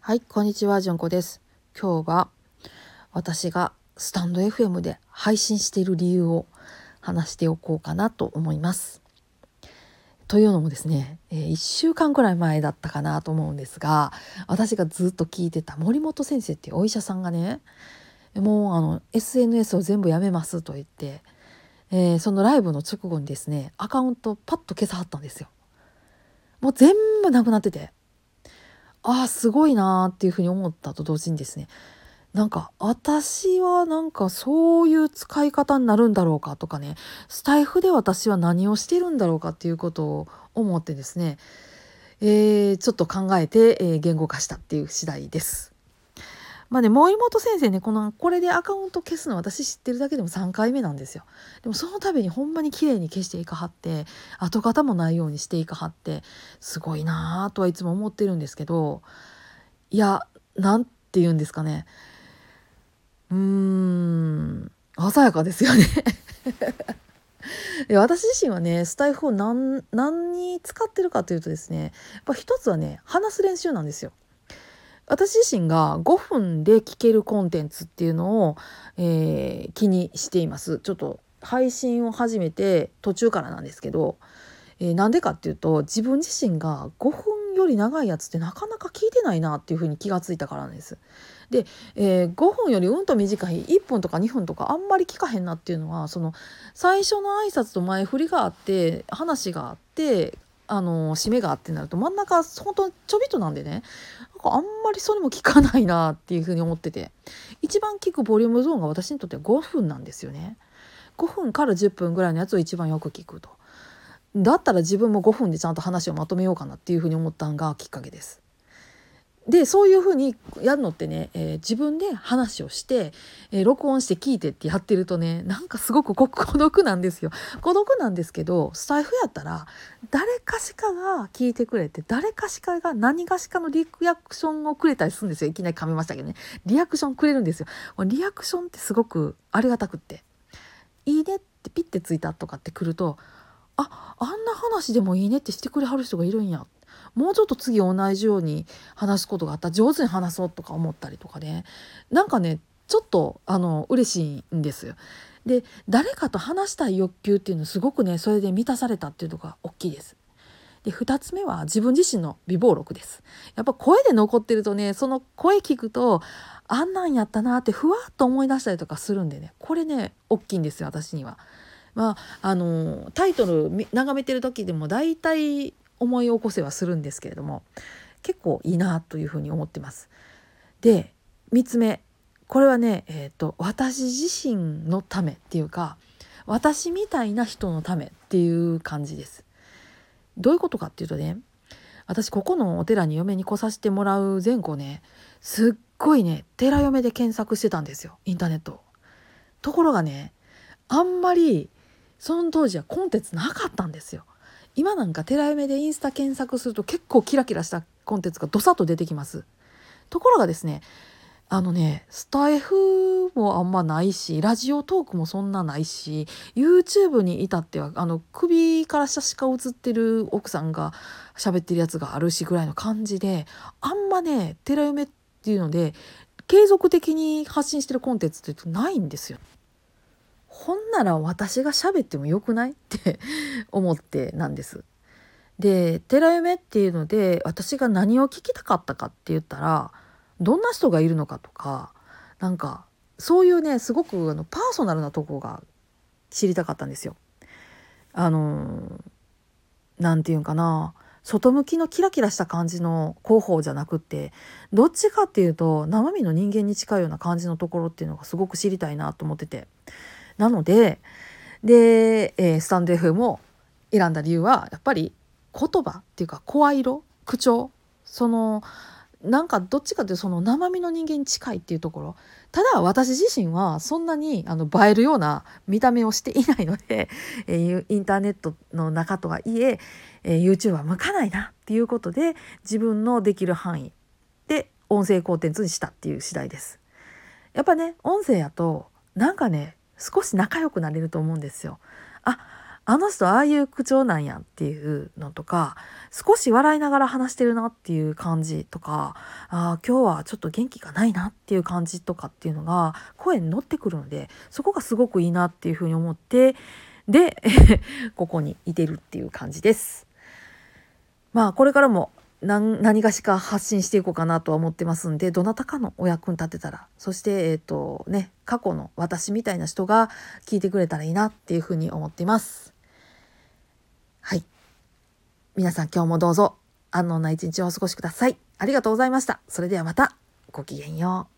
はい、こんにちは、じゅんこです。今日は私がスタンド FM で配信している理由を話しておこうかなと思います。というのもですね、1週間くらい前だったかなと思うんですが、私がずっと聞いてた森本先生っていうお医者さんがね、もうSNS を全部やめますと言って、そのライブの直後にですね、アカウントパッと消さはったんですよ。もう全部なくなってて、ああすごいなーっていうふうに思ったと同時にですね、なんか私はなんかそういう使い方になるんだろうかとかね、スタイフで私は何をしてるんだろうかっていうことを思ってですね、ちょっと考えて、言語化したっていう次第です。まあね、森本先生ね、これでアカウント消すの私知ってるだけでも3回目なんですよ。でもその度にほんまに綺麗に消していかはって、跡形もないようにしていかはって、すごいなぁとはいつも思ってるんですけど、いや、なんて言うんですかね。鮮やかですよね。で、私自身はね、スタイフを何に使ってるかというとですね、やっぱ一つはね、話す練習なんですよ。私自身が5分で聞けるコンテンツっていうのを、気にしています。ちょっと配信を始めて途中からなんですけど、なんでかっていうと、自分自身が5分より長いやつってなかなか聞いてないなっていうふうに気がついたからなんです。で、5分よりうんと短い1分とか2分とかあんまり聞かへんなっていうのは、その最初の挨拶と前振りがあって話があって締めがあってなると真ん中本当にちょびっとなんでね、なんかあんまりそれも聞かないなっていうふうに思ってて、一番聞くボリュームゾーンが私にとっては5分なんですよね。5分から10分ぐらいのやつを一番よく聞くと。だったら自分も5分でちゃんと話をまとめようかなっていうふうに思ったのがきっかけです。でそういうふうにやるのってね、自分で話をして、録音して聞いてってやってるとね、なんかすごく孤独なんですよ。孤独なんですけど、スタイフやったら誰かしかが聞いてくれて、誰かしかが何がしかのリアクションをくれたりするんですよ。いきなり噛みましたけどね、リアクションくれるんですよ。リアクションってすごくありがたくって、いいねってピッてついたとかってくると、あんな話でもいいねってしてくれはる人がいるんや、もうちょっと次同じように話すことがあったら上手に話そうとか思ったりとかね、なんかねちょっと嬉しいんですよ。で、誰かと話したい欲求っていうのすごくね、それで満たされたっていうのが大きいです。で、2つ目は自分自身の美貌録です。やっぱ声で残ってるとね、その声聞くとあんなんやったなってふわっと思い出したりとかするんでね、これね大きいんですよ、私には。タイトル眺めてる時でも大体思い起こせはするんですけれども、結構いいなというふうに思ってます。で、3つ目、これはね、私自身のためっていうか、私みたいな人のためっていう感じです。どういうことかっていうとね、私ここのお寺に嫁に来させてもらう前後ね、すっごいね寺嫁で検索してたんですよ、インターネット。ところがね、あんまりその当時はコンテンツなかったんですよ。今なんか寺嫁でインスタ検索すると結構キラキラしたコンテンツがドサッと出てきます。ところがですね、スタイフもあんまないし、ラジオトークもそんなないし、 YouTube に至っては首から下しか映ってる奥さんが喋ってるやつがあるしぐらいの感じで、あんまね寺嫁っていうので継続的に発信してるコンテンツってないんですよ。ほんなら私が喋ってもよくないって思ってなんです。で、寺嫁っていうので私が何を聞きたかったかって言ったら、どんな人がいるのかとか、なんかそういうね、すごくパーソナルなとこが知りたかったんですよ。あのなんていうんかな、外向きのキラキラした感じの広報じゃなくって、どっちかっていうと生身の人間に近いような感じのところっていうのがすごく知りたいなと思ってて、なのでスタンド FM を選んだ理由はやっぱり言葉っていうか声色、口調、そのなんかどっちかというとその生身の人間に近いっていうところ。ただ私自身はそんなに映えるような見た目をしていないので、インターネットの中とはいえ、YouTube は向かないなっていうことで、自分のできる範囲で音声コンテンツにしたっていう次第です。やっぱね、音声やとなんかね少し仲良くなれると思うんですよ。 あの人ああいう口調なんやっていうのとか、少し笑いながら話してるなっていう感じとか、今日はちょっと元気がないなっていう感じとかっていうのが声に乗ってくるので、そこがすごくいいなっていうふうに思って、でここにいてるっていう感じです。これからも何がしか発信していこうかなとは思ってますんで、どなたかのお役に立てたら、そして過去の私みたいな人が聞いてくれたらいいなっていうふうに思っています。はい、皆さん今日もどうぞ安穏な一日をお過ごしください。ありがとうございました。それではまた。ごきげんよう。